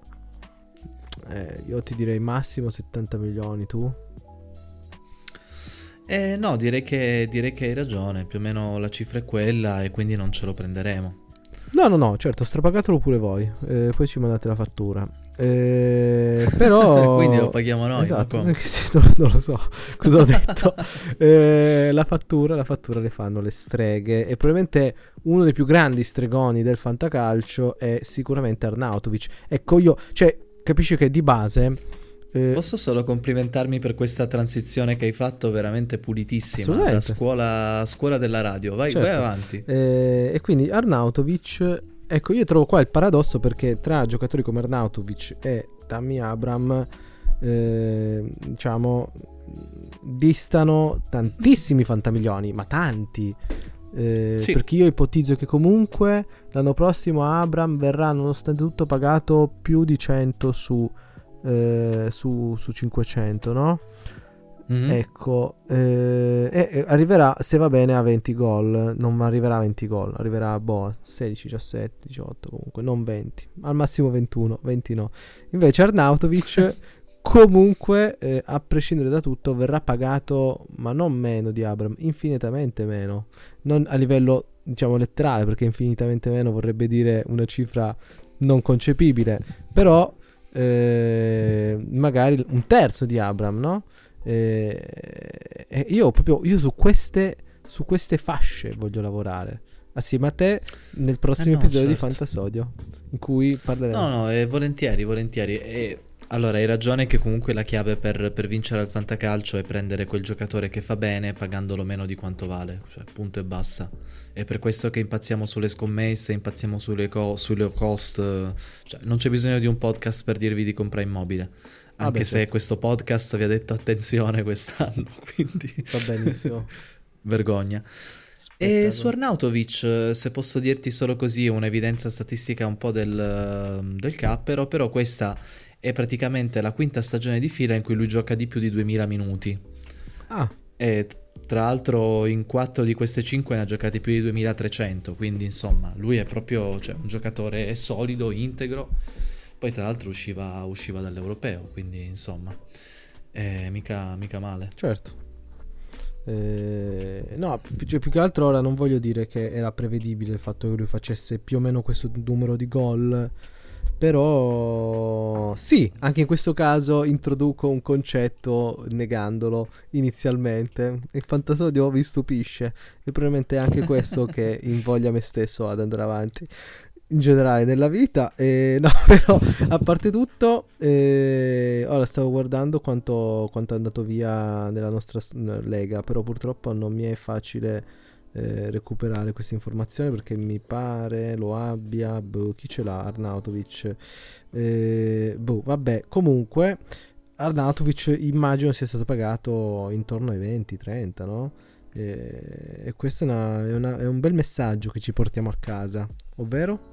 io ti direi massimo 70 milioni. Tu? No, direi che hai ragione, più o meno la cifra è quella e quindi non ce lo prenderemo. No, certo, strapagatelo pure voi, poi ci mandate la fattura. Però Quindi lo paghiamo noi. esatto, ma anche se non lo so cosa ho detto. La fattura le fanno le streghe, e probabilmente uno dei più grandi stregoni del fantacalcio è sicuramente Arnautovic. Ecco, io, cioè, capisci che di base Posso solo complimentarmi per questa transizione che hai fatto, veramente pulitissima, da assolutamente. scuola della radio. Vai Certo. avanti. E quindi Arnautovic, ecco, io trovo qua il paradosso, perché tra giocatori come Arnautovic e Tammy Abraham, diciamo, distano tantissimi fantamilioni, ma tanti. Sì. Perché io ipotizzo che comunque l'anno prossimo Abraham verrà, nonostante tutto, pagato più di 100 su 500, no? Mhm. Ecco, arriverà, se va bene, a 20 gol. Non arriverà a 20 gol, arriverà a 16, 17, 18, comunque non 20, al massimo 21, 20 no. Invece Arnautovic comunque, a prescindere da tutto, verrà pagato, ma non meno di Abraham, infinitamente meno. Non a livello, diciamo, letterale, perché infinitamente meno vorrebbe dire una cifra non concepibile, però magari un terzo di Abraham, no? Io su queste fasce voglio lavorare assieme a te nel prossimo No, episodio di certo. Fantasodio, in cui parleremo. No, volentieri. E allora hai ragione che comunque la chiave per vincere al fantacalcio è prendere quel giocatore che fa bene pagandolo meno di quanto vale, cioè punto e basta. È per questo che impazziamo sulle scommesse, impazziamo sui low cost, cioè non c'è bisogno di un podcast per dirvi di comprare immobile, anche se Certo. questo podcast vi ha detto attenzione quest'anno, quindi Va benissimo. vergogna. E su Arnautovic, se posso dirti solo così, un'evidenza statistica un po' del cappero, però questa è praticamente la quinta stagione di fila in cui lui gioca di più di 2000 minuti. E tra l'altro in 4 di queste 5 ne ha giocati più di 2300, quindi insomma lui è proprio, cioè, un giocatore solido, integro. Poi tra l'altro usciva dall'europeo, quindi insomma mica male. Certo. No, più che altro ora non voglio dire che era prevedibile il fatto che lui facesse più o meno questo numero di gol, però sì, anche in questo caso introduco un concetto negandolo inizialmente. Il Fantasodio vi stupisce, e probabilmente è anche questo che invoglia me stesso ad andare avanti in generale nella vita. No, però a parte tutto, ora stavo guardando quanto è andato via nella nostra lega, però purtroppo non mi è facile recuperare questa informazione, perché mi pare lo abbia, chi ce l'ha? Arnautovic. Vabbè, comunque Arnautovic immagino sia stato pagato intorno ai 20-30, no? E questo è un bel messaggio che ci portiamo a casa, ovvero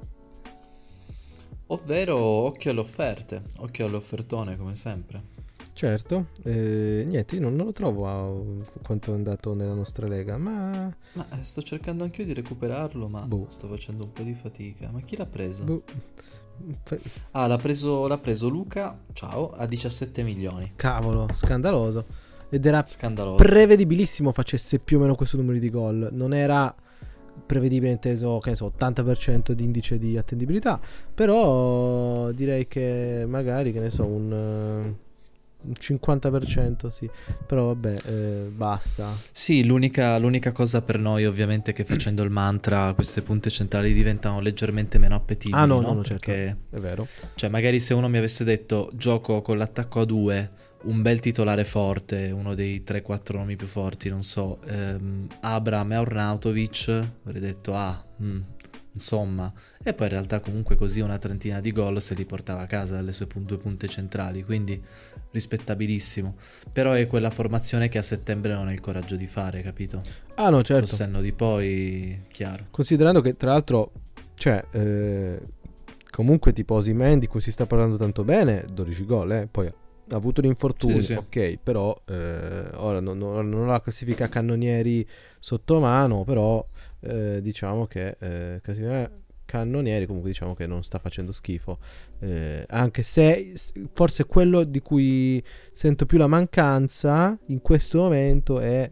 occhio alle offerte, occhio all'offertone come sempre. certo, niente, io non lo trovo quanto è andato nella nostra lega, ma sto cercando anch'io di recuperarlo, ma boh, sto facendo un po' di fatica. Ma chi l'ha preso? boh. L'ha preso Luca, ciao, a 17 milioni. Cavolo, scandaloso. Ed era Scandaloso. prevedibilissimo facesse più o meno questo numero di gol. Non era prevedibile inteso, che ne so, 80% di indice di attendibilità, però direi che magari, che ne so, un 50% sì. Però vabbè, basta. Sì, l'unica cosa per noi ovviamente è che facendo il mantra queste punte centrali diventano leggermente meno appetibili, No, certo, perché è vero. cioè magari se uno mi avesse detto gioco con l'attacco a 2, un bel titolare forte, uno dei 3-4 nomi più forti, non so, Abraham e Arnautovic, avrei detto insomma, e poi in realtà comunque così una trentina di gol se li portava a casa dalle sue due punte centrali, quindi rispettabilissimo. Però è quella formazione che a settembre non hai il coraggio di fare, capito? No, certo. Col senno di poi, chiaro. Considerando che tra l'altro, cioè, comunque tipo Osimhen, di cui si sta parlando tanto bene, 12 gol, poi ha avuto l'infortunio, Sì. ok, però ora non ho la classifica cannonieri sotto mano, però diciamo che cannonieri comunque diciamo che non sta facendo schifo, anche se forse quello di cui sento più la mancanza in questo momento è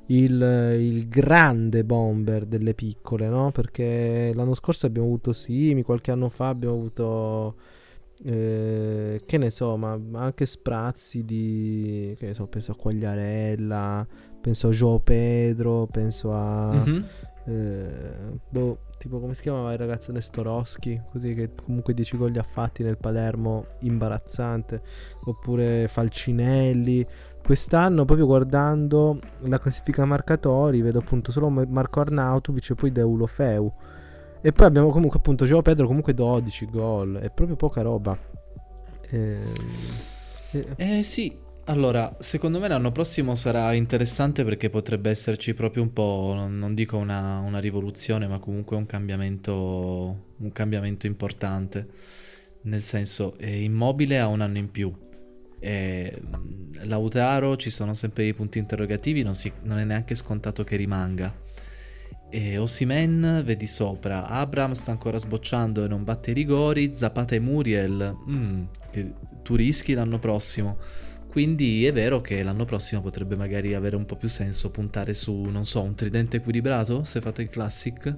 il grande bomber delle piccole, no? Perché l'anno scorso abbiamo avuto Simi, qualche anno fa abbiamo avuto che ne so, ma anche sprazzi di, che ne so, penso a Quagliarella, penso a João Pedro, penso a Mhm. tipo come si chiamava il ragazzo Nestorowski, così, che comunque 10 gol li ha fatti nel Palermo, imbarazzante, oppure Falcinelli. Quest'anno, proprio guardando la classifica marcatori, vedo appunto solo Marco Arnautovic e poi Deulofeu. E poi abbiamo comunque appunto João Pedro, comunque 12 gol, è proprio poca roba. Ehm, Sì, allora, secondo me l'anno prossimo sarà interessante perché potrebbe esserci proprio un po', non dico una rivoluzione, ma comunque un cambiamento importante. Nel senso, Immobile ha un anno in più. Lautaro ci sono sempre i punti interrogativi, non è neanche scontato che rimanga. E Osimhen, vedi sopra, Abraham sta ancora sbocciando e non batte i rigori, Zapata e Muriel, che tu rischi l'anno prossimo. Quindi è vero che l'anno prossimo potrebbe magari avere un po' più senso puntare su, non so, un tridente equilibrato, se fate il classic.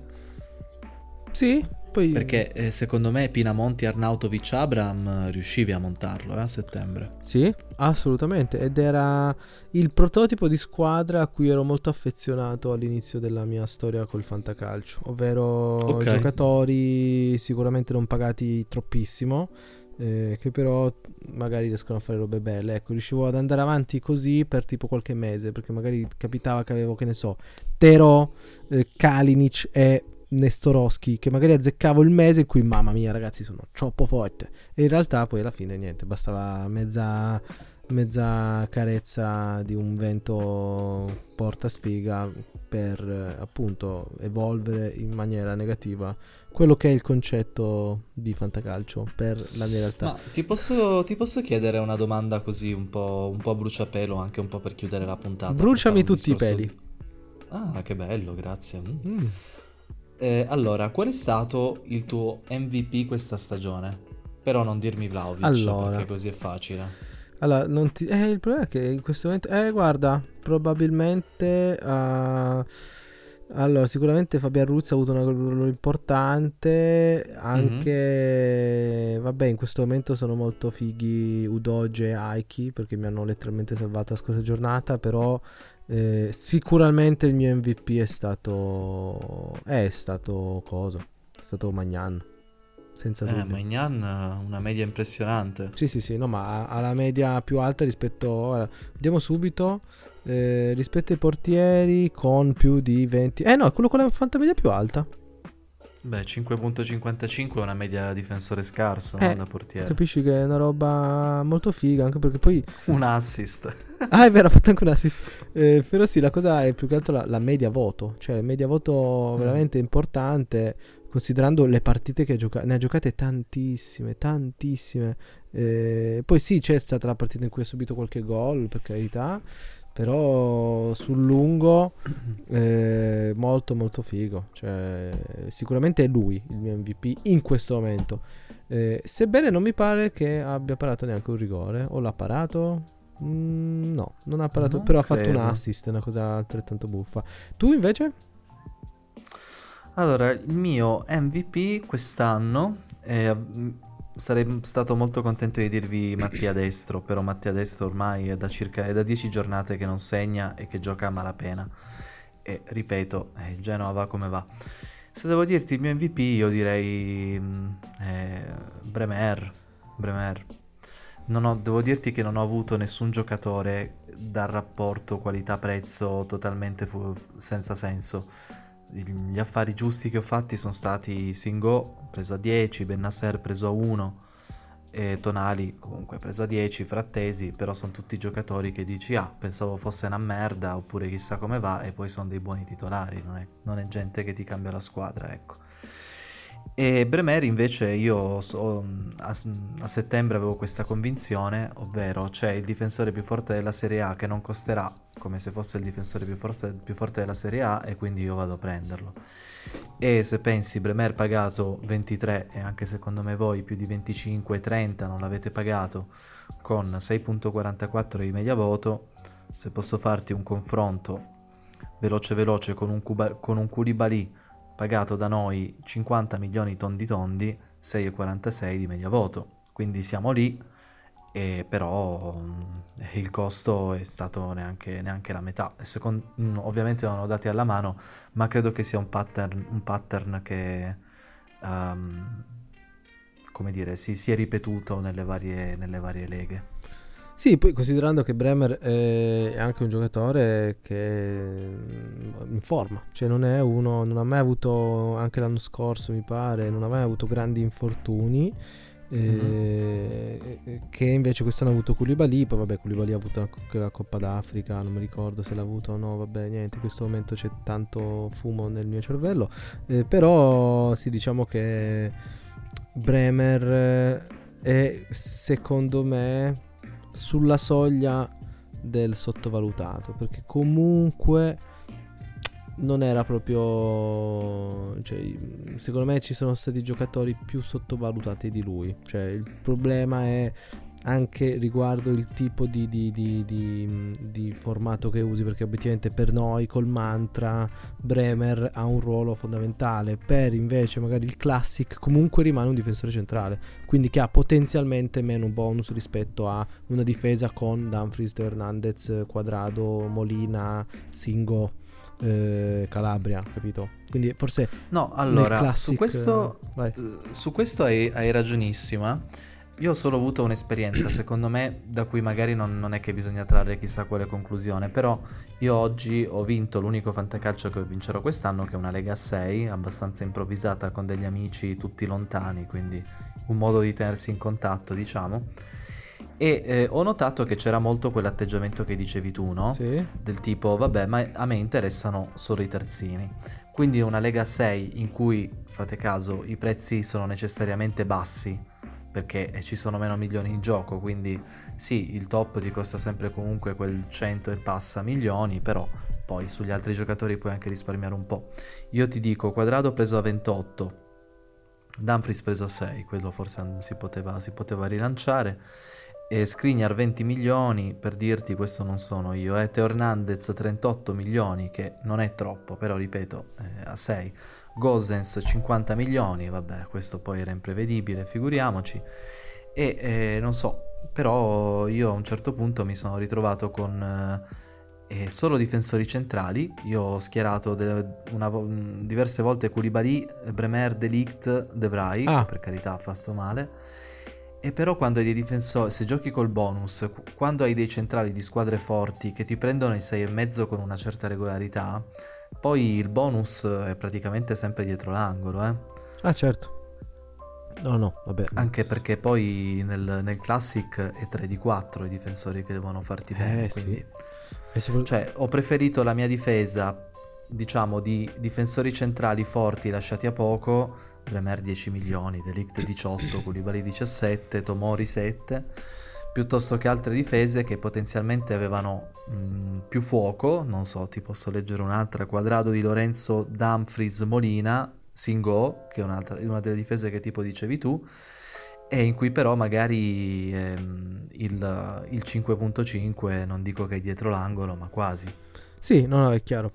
sì, poi Perché secondo me Pinamonti, Arnautovic, Abraham riuscivi a montarlo a settembre. sì, assolutamente. Ed era il prototipo di squadra a cui ero molto affezionato all'inizio della mia storia col fantacalcio, ovvero Ok. giocatori sicuramente non pagati troppissimo, che però magari riescono a fare robe belle. Ecco, riuscivo ad andare avanti così per tipo qualche mese, perché magari capitava che avevo, che ne so, Tero, Kalinic e Nestorowski, che magari azzeccavo il mese in cui mamma mia ragazzi sono troppo forte, e in realtà poi alla fine niente, bastava mezza carezza di un vento porta sfiga per appunto evolvere in maniera negativa quello che è il concetto di fantacalcio per la mia realtà. Ma ti posso chiedere una domanda così un po' a bruciapelo, anche un po' per chiudere la puntata, per fare Bruciami un tutti i discorso peli. di... Ah, che bello, grazie. Mm. Allora, qual è stato il tuo MVP questa stagione? Però non dirmi Vlahovic, perché Allora, così è facile. non ti... il problema è che in questo momento... guarda, probabilmente... allora, sicuramente Fabian Ruz ha avuto un ruolo importante. Mhm. Anche... Vabbè, in questo momento sono molto fighi Udoge e Aiki, perché mi hanno letteralmente salvato la scorsa giornata. Però sicuramente il mio MVP è stato... È stato coso? È stato Magnan, senza dubbio. Maignan, una media impressionante. Sì, sì, sì, no, ma ha la media più alta rispetto. Ora, vediamo subito. Rispetto ai portieri con più di 20. No, è quello con la fantamedia più alta. Beh, 5,55 è una media da difensore scarso, no? Da portiere. Capisci che è una roba molto figa. Anche perché poi. Un assist. Ah, è vero, ha fatto anche un assist. Però sì, la cosa è più che altro la media voto. Cioè, media voto Mm. veramente importante. Considerando le partite che ha giocato, ne ha giocate tantissime, tantissime. Poi sì, c'è stata la partita in cui ha subito qualche gol, per carità. Però sul lungo molto molto figo. Cioè, sicuramente è lui il mio MVP in questo momento. Sebbene non mi pare che abbia parato neanche un rigore. O l'ha parato? No, non ha parato. Non Però ha fatto un credo. assist, una cosa altrettanto buffa. Tu invece? Allora, il mio MVP quest'anno sarei stato molto contento di dirvi Mattia Destro, però Mattia Destro ormai è da 10 giornate che non segna e che gioca a malapena. E ripeto, il Genoa va come va. Se devo dirti il mio MVP, io direi Bremer. Bremer. Devo dirti che non ho avuto nessun giocatore dal rapporto qualità-prezzo totalmente senza senso. Gli affari giusti che ho fatti sono stati Singo preso a 10, Bennasser preso a 1 e Tonali comunque preso a 10, Frattesi, però sono tutti giocatori che dici pensavo fosse una merda oppure chissà come va e poi sono dei buoni titolari, non è gente che ti cambia la squadra, ecco. E Bremer invece a settembre avevo questa convinzione, ovvero c'è il difensore più forte della Serie A che non costerà come se fosse il difensore più forte della Serie A e quindi io vado a prenderlo. E se pensi Bremer pagato 23 e anche secondo me voi più di 25-30 non l'avete pagato con 6,44 di media voto, se posso farti un confronto veloce veloce con un Koulibaly pagato da noi 50 milioni tondi tondi, 6,46 di media voto. Quindi siamo lì, e però il costo è stato neanche la metà. Ovviamente non ho dati alla mano, ma credo che sia un pattern che, ehm, come dire, si è ripetuto nelle varie leghe. Sì, poi considerando che Bremer è anche un giocatore che è in forma, cioè non è uno, non ha mai avuto, anche l'anno scorso mi pare, non ha mai avuto grandi infortuni, che invece quest'anno ha avuto Koulibaly. Poi vabbè, Koulibaly ha avuto anche la Coppa d'Africa, non mi ricordo se l'ha avuto o no, vabbè niente, in questo momento c'è tanto fumo nel mio cervello, però sì, diciamo che Bremer è secondo me sulla soglia del sottovalutato, perché comunque non era proprio, cioè, secondo me ci sono stati giocatori più sottovalutati di lui. Cioè il problema è anche riguardo il tipo di formato che usi, perché obiettivamente per noi col mantra Bremer ha un ruolo fondamentale, per invece magari il Classic comunque rimane un difensore centrale, quindi che ha potenzialmente meno bonus rispetto a una difesa con Dumfries, Teo Hernandez, Quadrado, Molina, Singo, Calabria, capito? Quindi forse No, nel allora, su Classic questo, vai. su questo hai ragionissima. Io ho solo avuto un'esperienza, secondo me, da cui magari non è che bisogna trarre chissà quale conclusione, però io oggi ho vinto l'unico fantacalcio che vincerò quest'anno, che è una Lega 6, abbastanza improvvisata con degli amici tutti lontani, quindi un modo di tenersi in contatto, diciamo. E ho notato che c'era molto quell'atteggiamento che dicevi tu, no? Sì. Del tipo, vabbè, ma a me interessano solo i terzini. Quindi una Lega 6 in cui, fate caso, i prezzi sono necessariamente bassi, perché ci sono meno milioni in gioco, quindi sì, il top ti costa sempre comunque quel 100 e passa milioni, però poi sugli altri giocatori puoi anche risparmiare un po'. Io ti dico, Quadrado preso a 28, Dumfries preso a 6, quello forse si poteva rilanciare, e Skriniar 20 milioni, per dirti, questo non sono io, Teo Hernandez 38 milioni, che non è troppo, però ripeto, a 6. Gosens 50 milioni, vabbè, questo poi era imprevedibile, figuriamoci. E non so, però io a un certo punto mi sono ritrovato con solo difensori centrali. Io ho schierato diverse volte Koulibaly, Bremer, De Ligt, De Vrij, che Ah, per carità ha fatto male. E però quando hai dei difensori, se giochi col bonus, quando hai dei centrali di squadre forti che ti prendono il 6,5 con una certa regolarità, poi il bonus è praticamente sempre dietro l'angolo, eh. ah certo. No, no, vabbè. Anche perché poi nel Classic è 3 di 4 i difensori che devono farti bene, Sì. quindi... Cioè, ho preferito la mia difesa, diciamo, di difensori centrali forti lasciati a poco, Bremer 10 milioni, De Ligt 18, Koulibaly 17, Tomori 7, piuttosto che altre difese che potenzialmente avevano più fuoco. Non so, ti posso leggere un'altra: Quadrado, Di Lorenzo, Dumfries, Molina, Singo, che è una delle difese che tipo dicevi tu, e in cui però magari il 5.5 non dico che è dietro l'angolo, ma quasi. Sì, no, no, è chiaro.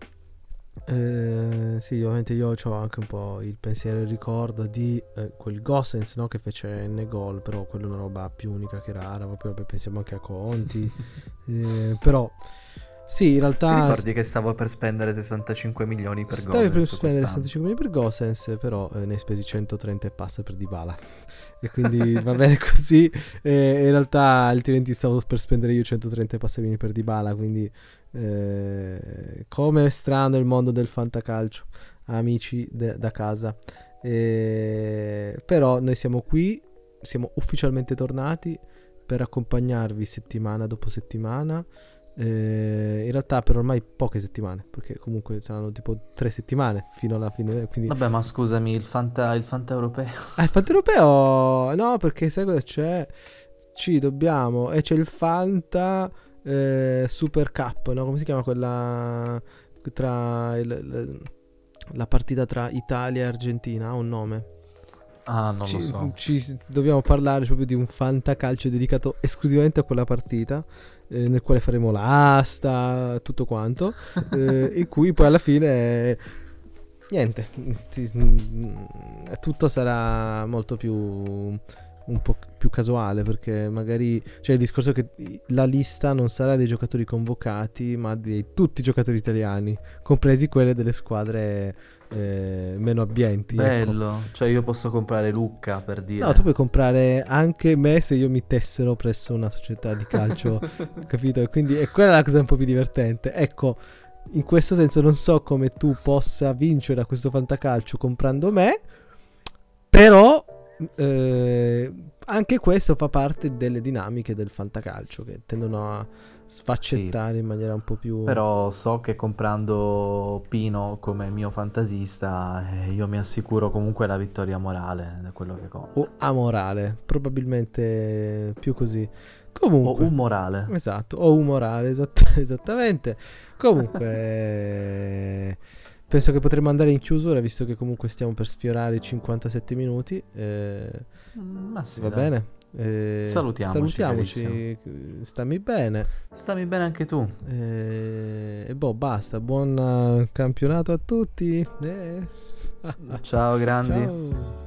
Sì, ovviamente io ho anche un po' il pensiero e il ricordo di quel Gossens, no, che fece N gol, però quella è una roba più unica che rara. Poi vabbè, pensiamo anche a Conti. Però sì, in Ti realtà ricordi che stavo per spendere 65 milioni per stavi per Gosens spendere quest'anno? 65 milioni per Gossens, però ne hai spesi 130 e passa per Dybala. E quindi va bene così. In realtà altrimenti stavo per spendere io 130 e passa milioni per Dybala, quindi come è strano il mondo del fantacalcio, amici da casa. Però noi siamo qui, siamo ufficialmente tornati per accompagnarvi settimana dopo settimana. In realtà per ormai poche settimane, perché comunque saranno tipo 3 settimane fino alla fine, quindi... Vabbè, ma scusami, il fanta europeo. il Fanta europeo no, perché sai cosa c'è? Ci dobbiamo, e c'è il Fanta Super Cup, no? Come si chiama quella tra la partita tra Italia e Argentina? Ha un nome. Ah, non lo so. Ci dobbiamo parlare proprio di un fantacalcio dedicato esclusivamente a quella partita, nel quale faremo l'asta, tutto quanto, in cui poi alla fine niente, tutto sarà molto più un po' più casuale, perché magari c'è il discorso che la lista non sarà dei giocatori convocati, ma di tutti i giocatori italiani, compresi quelle delle squadre meno abbienti. Bello, ecco. cioè io posso comprare Lucca per dire. No, tu puoi comprare anche me se io mi tessero presso una società di calcio, capito? E quindi è quella la cosa un po' più divertente. Ecco, in questo senso non so come tu possa vincere a questo fantacalcio comprando me, però anche questo fa parte delle dinamiche del fantacalcio che tendono a sfaccettare in maniera un po' più... Però so che comprando Pino come mio fantasista io mi assicuro comunque la vittoria morale, da quello che conta. o amorale, probabilmente più così. O Comunque, umorale. esatto, o umorale, esattamente. Comunque, penso che potremmo andare in chiusura, visto che comunque stiamo per sfiorare i 57 minuti. Ma sì, Va dai. bene. Salutiamoci, Stammi bene. Stammi bene anche tu. E boh, basta. Buon campionato a tutti. Ciao grandi. Ciao.